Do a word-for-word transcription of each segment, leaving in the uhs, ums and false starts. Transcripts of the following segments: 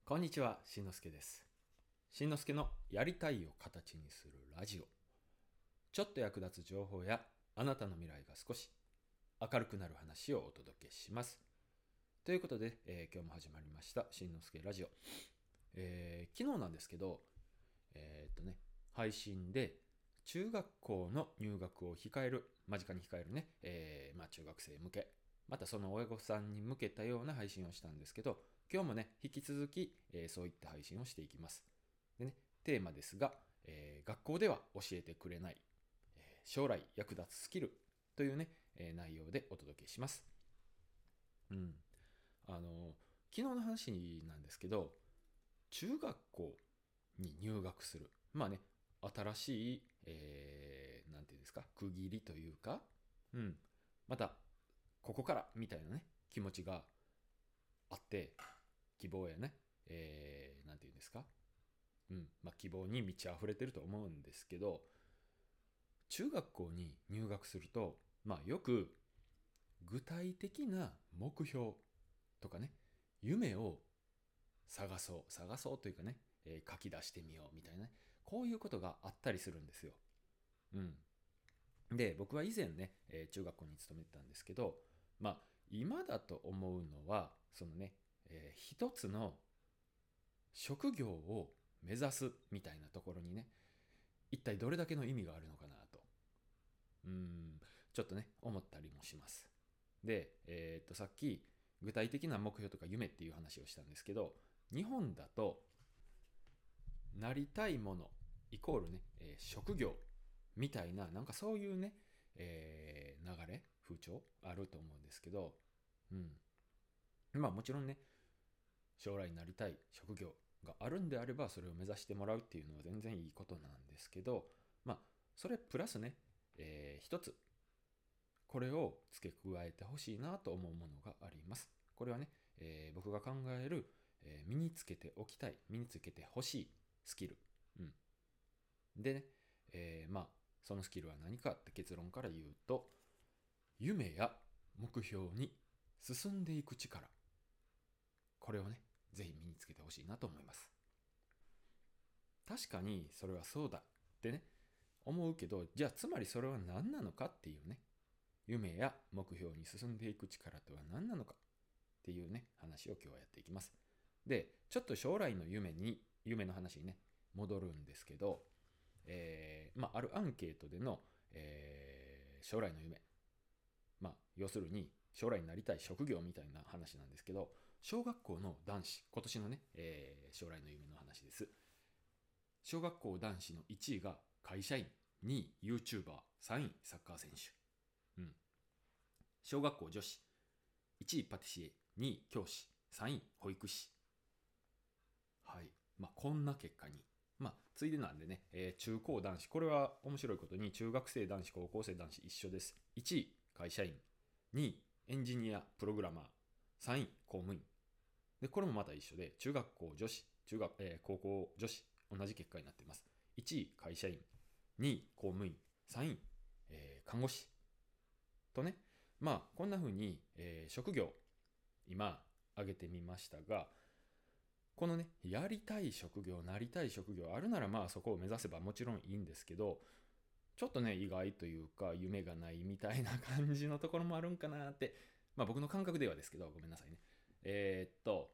こんにちは、しんのすけです。しんのすけのやりたいを形にするラジオ。ちょっと役立つ情報やあなたの未来が少し明るくなる話をお届けします。ということで、えー今日も始まりましたしんのすけラジオ。えー昨日なんですけど、えーっとね、配信で中学校の入学を控える、間近に控えるね、えーまあ、中学生向け、またその親御さんに向けたような配信をしたんですけど、今日もね、引き続き、えーそういった配信をしていきます。でね、テーマですが、えー学校では教えてくれない、えー将来役立つスキルというね、えー内容でお届けします。うん。あの、昨日の話なんですけど、中学校に入学する。まあね、新しい、えー、なんていうんですか、区切りというか、うん。また、ここからみたいなね、気持ちがあって、希望やね、えー、なんていうんですか、うん。まあ、希望に満ち溢れてると思うんですけど、中学校に入学すると、まあ、よく具体的な目標とかね、夢を探そう、探そうというかね、えー書き出してみようみたいなね、こういうことがあったりするんですよ。うん。で、僕は以前ね、えー中学校に勤めてたんですけど、まあ、今だと思うのは、そのね、えー一つの職業を目指すみたいなところにね、一体どれだけの意味があるのかなと、うーん、ちょっとね、思ったりもします。で、えーっと、さっき、具体的な目標とか夢っていう話をしたんですけど、日本だと、なりたいものイコールね、えー職業みたいな、なんかそういうね、えー流れ、風潮あると思うんですけど、うん。まあもちろんね、将来なりたい職業があるんであれば、それを目指してもらうっていうのは全然いいことなんですけど、まあ、それプラスね、えー一つ、これを付け加えてほしいなと思うものがあります。これはね、えー僕が考える、えー身につけておきたい、身につけてほしいスキル。うん。でね、えーまあ、そのスキルは何かって結論から言うと、夢や目標に進んでいく力。これをね、ぜひ身につけてほしいなと思います。確かにそれはそうだってね、思うけど、じゃあつまりそれは何なのかっていうね、夢や目標に進んでいく力とは何なのかっていうね、話を今日はやっていきます。で、ちょっと将来の夢に、夢の話にね、戻るんですけど、えーまあ、あるアンケートでの、えー将来の夢、まあ、要するに将来になりたい職業みたいな話なんですけど、小学校の男子、今年のね、えー将来の夢の話です。小学校男子のいちいが会社員、にい YouTuber、さんいサッカー選手。うん。小学校女子、いちいパティシエ、にい教師、さんい保育士。はい。まあ、こんな結果に。まあ、ついでなんでね、えー中高男子、これは面白いことに、中学生男子、高校生男子一緒です。いちい会社員、にいエンジニア、プログラマー、さんい公務員。で、これもまた一緒で、中学校女子、中学、えー高校女子、同じ結果になっています。いちい会社員、にい公務員、さんい、えー看護師。とね、まあ、こんな風に、えー職業、今、挙げてみましたが、このね、やりたい職業、なりたい職業あるならまあそこを目指せばもちろんいいんですけど、ちょっとね、意外というか、夢がないみたいな感じのところもあるんかなって、まあ僕の感覚ではですけど、ごめんなさいね。えーっと、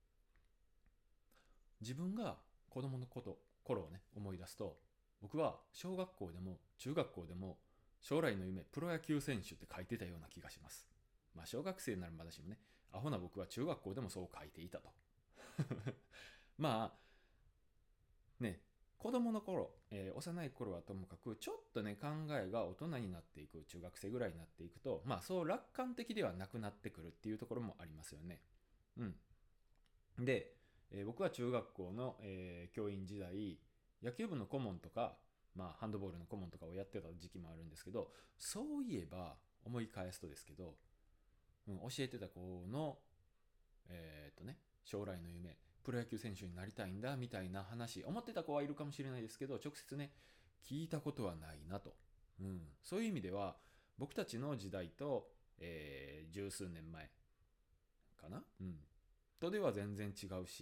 自分が子供のこと、頃をね、思い出すと、僕は小学校でも中学校でも将来の夢、プロ野球選手って書いてたような気がします。まあ小学生ならまだしもね、アホな僕は中学校でもそう書いていたと。まあね、子供の頃、えー幼い頃はともかく、ちょっとね、考えが大人になっていく、中学生ぐらいになっていくと、まあ、そう楽観的ではなくなってくるっていうところもありますよね。うん。で、えー僕は中学校の、えー教員時代、野球部の顧問とか、まあ、ハンドボールの顧問とかをやってた時期もあるんですけど、そういえば、思い返すとですけど、うん、教えてた子の、えーっとね、将来の夢、プロ野球選手になりたいんだみたいな話、思ってた子はいるかもしれないですけど、直接ね、聞いたことはないなと。うん、そういう意味では、僕たちの時代と、えー十数年前かな、うん、とでは全然違うし、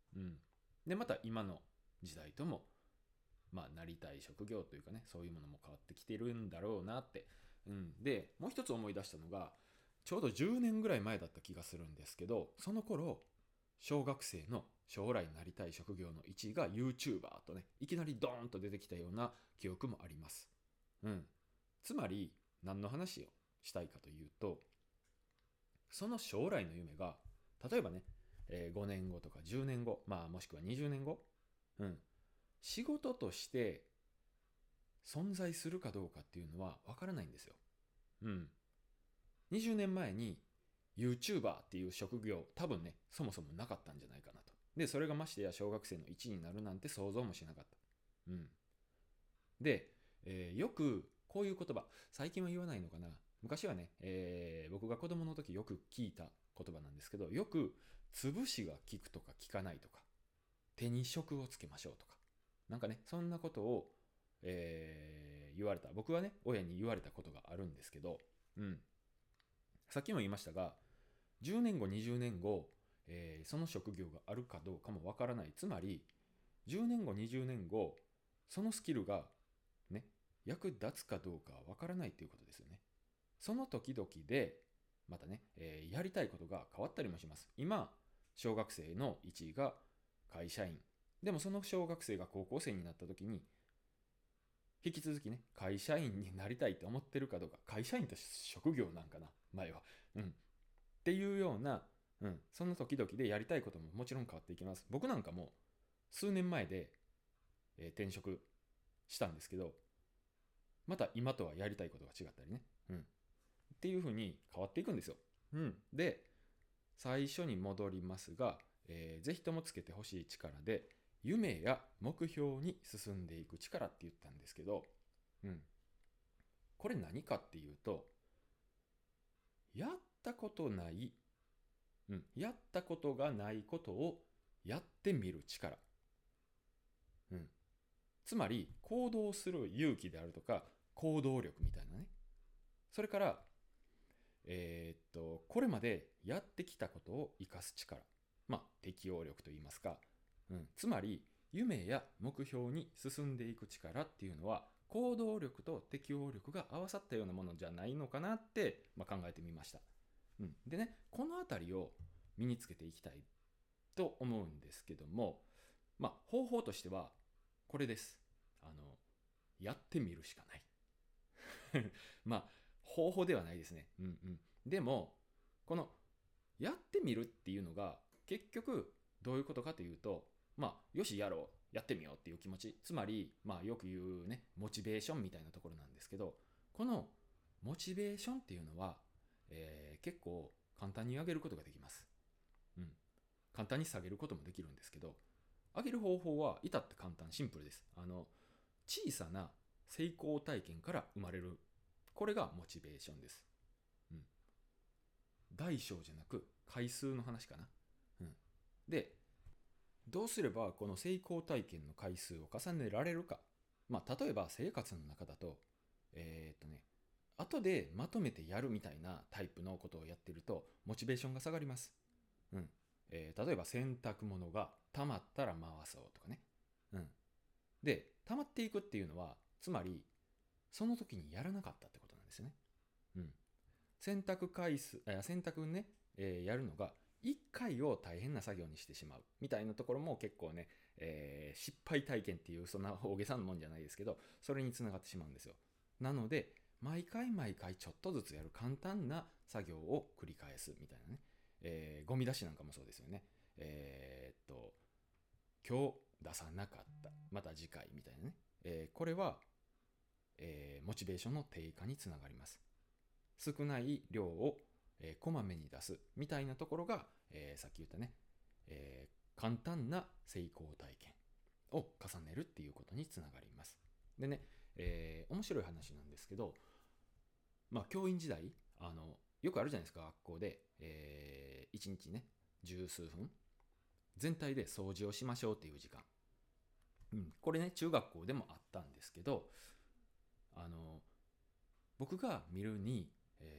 うん、でまた今の時代ともまあなりたい職業というかね、そういうものも変わってきてるんだろうなって、うん、でもう一つ思い出したのが、ちょうどじゅうねんぐらい前だった気がするんですけど、その頃小学生の将来なりたい職業のいちいが YouTuber とね、いきなりドーンと出てきたような記憶もあります。うん。つまり何の話をしたいかというと、その将来の夢が例えばね、えーごねんごとかじゅうねんご、まあもしくはにじゅうねんご、うん、仕事として存在するかどうかっていうのはわからないんですよ。うん。にじゅうねんまえに YouTuber っていう職業多分ねそもそもなかったんじゃないかなと。でそれがましてや小学生のいちいになるなんて想像もしなかった。うん。で、えーよくこういう言葉最近は言わないのかな。昔はね、えー僕が子供の時よく聞いた言葉なんですけど、よく潰しが効くとか効かないとか、手に職をつけましょうとか、なんかねそんなことを、えー言われた、僕はね親に言われたことがあるんですけど、うん、さっきも言いましたが、じゅうねんごにじゅうねんご、えーその職業があるかどうかもわからない。つまりじゅうねんごにじゅうねんごそのスキルがね役立つかどうかわからないということですよね。その時々でまたね、えーやりたいことが変わったりもします。今小学生のいちいが会社員でも、その小学生が高校生になった時に引き続きね会社員になりたいって思ってるかどうか、会社員と職業なんかな前は、うん、っていうような、うん、その時々でやりたいことももちろん変わっていきます。僕なんかも数年前で、えー転職したんですけど、また今とはやりたいことが違ったりね、うん、っていう風に変わっていくんですよ。うん、で最初に戻りますが、えーぜひともつけてほしい力で、夢や目標に進んでいく力って言ったんですけど、うん、これ何かっていうと、やったことない、うん、やったことがないことをやってみる力、うん、つまり行動する勇気であるとか行動力みたいなね、それからえーっとこれまでやってきたことを生かす力、まあ適応力といいますか、うん、つまり夢や目標に進んでいく力っていうのは行動力と適応力が合わさったようなものじゃないのかなって、まあ、考えてみました。うん、でね、この辺りを身につけていきたいと思うんですけども、まあ、方法としてはこれです。あのやってみるしかないまあ方法ではないですね。うんうん。でもこのやってみるっていうのが結局どういうことかというと、まあよしやろうやってみようっていう気持ち、つまりまあよく言うねモチベーションみたいなところなんですけど、このモチベーションっていうのは、えー結構簡単に上げることができます。うん。簡単に下げることもできるんですけど、上げる方法は至って簡単、シンプルです。あの小さな成功体験から生まれる、これがモチベーションです。うん。大小じゃなく回数の話かな。うん。で、どうすればこの成功体験の回数を重ねられるか。まあ、例えば生活の中だと、えーっとね、後でまとめてやるみたいなタイプのことをやってると、モチベーションが下がります。うん。えー例えば洗濯物が溜まったら回そうとかね。うん。で、溜まっていくっていうのは、つまり、その時にやらなかったってことなんですよね。うん。洗濯回数、え洗濯ね、えーやるのがいっかいを大変な作業にしてしまうみたいなところも結構ね、えー失敗体験っていうそんな大げさなもんじゃないですけど、それにつながってしまうんですよ。なので毎回毎回ちょっとずつやる簡単な作業を繰り返すみたいなね、えーゴミ出しなんかもそうですよね。えーっと今日出さなかった、また次回みたいなね、えーこれは、えーモチベーションの低下につながります。少ない量を、えーこまめに出すみたいなところが、えーさっき言ったね、えー簡単な成功体験を重ねるっていうことにつながります。でね、えー面白い話なんですけど、まあ、教員時代、あのよくあるじゃないですか、学校で、えー、いちにちね十数分全体で掃除をしましょうっていう時間、うん、これね中学校でもあったんですけど、あの僕が見るに、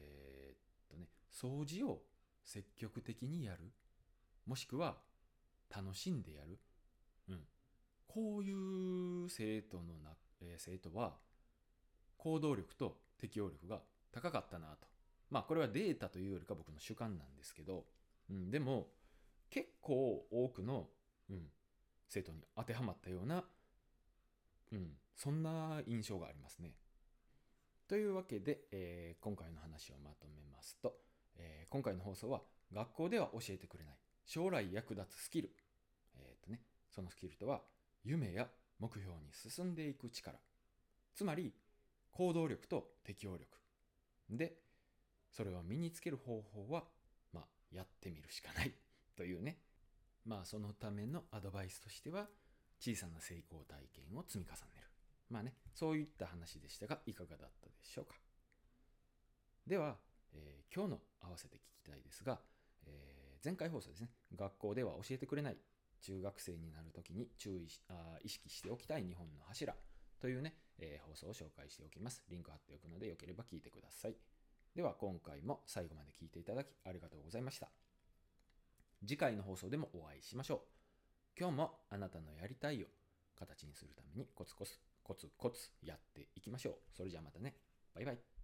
えーっとね、掃除を積極的にやる、もしくは楽しんでやる、うん、こういう生徒のな、えー生徒は行動力と適応力が高かったなと。まあこれはデータというよりか僕の主観なんですけど、うん、でも結構多くの、うん、生徒に当てはまったような、うん、そんな印象がありますね。というわけで、えー今回の話をまとめますと、えー今回の放送は学校では教えてくれない将来役立つスキル、えーとね、そのスキルとは夢や目標に進んでいく力、つまり行動力と適応力で、それを身につける方法は、まあ、やってみるしかないというね。まあそのためのアドバイスとしては、小さな成功体験を積み重ねる。まあね、そういった話でしたが、いかがだったでしょうか。では、えー今日の合わせて聞きたいですが、えー前回放送ですね、学校では教えてくれない中学生になるときに注意しあ意識しておきたい日本の柱というね、えー放送を紹介しておきます。リンク貼っておくので、よければ聞いてください。では今回も最後まで聞いていただきありがとうございました。次回の放送でもお会いしましょう。今日もあなたのやりたいを形にするためにコツコツコツコツやっていきましょう。それじゃあまたね。バイバイ。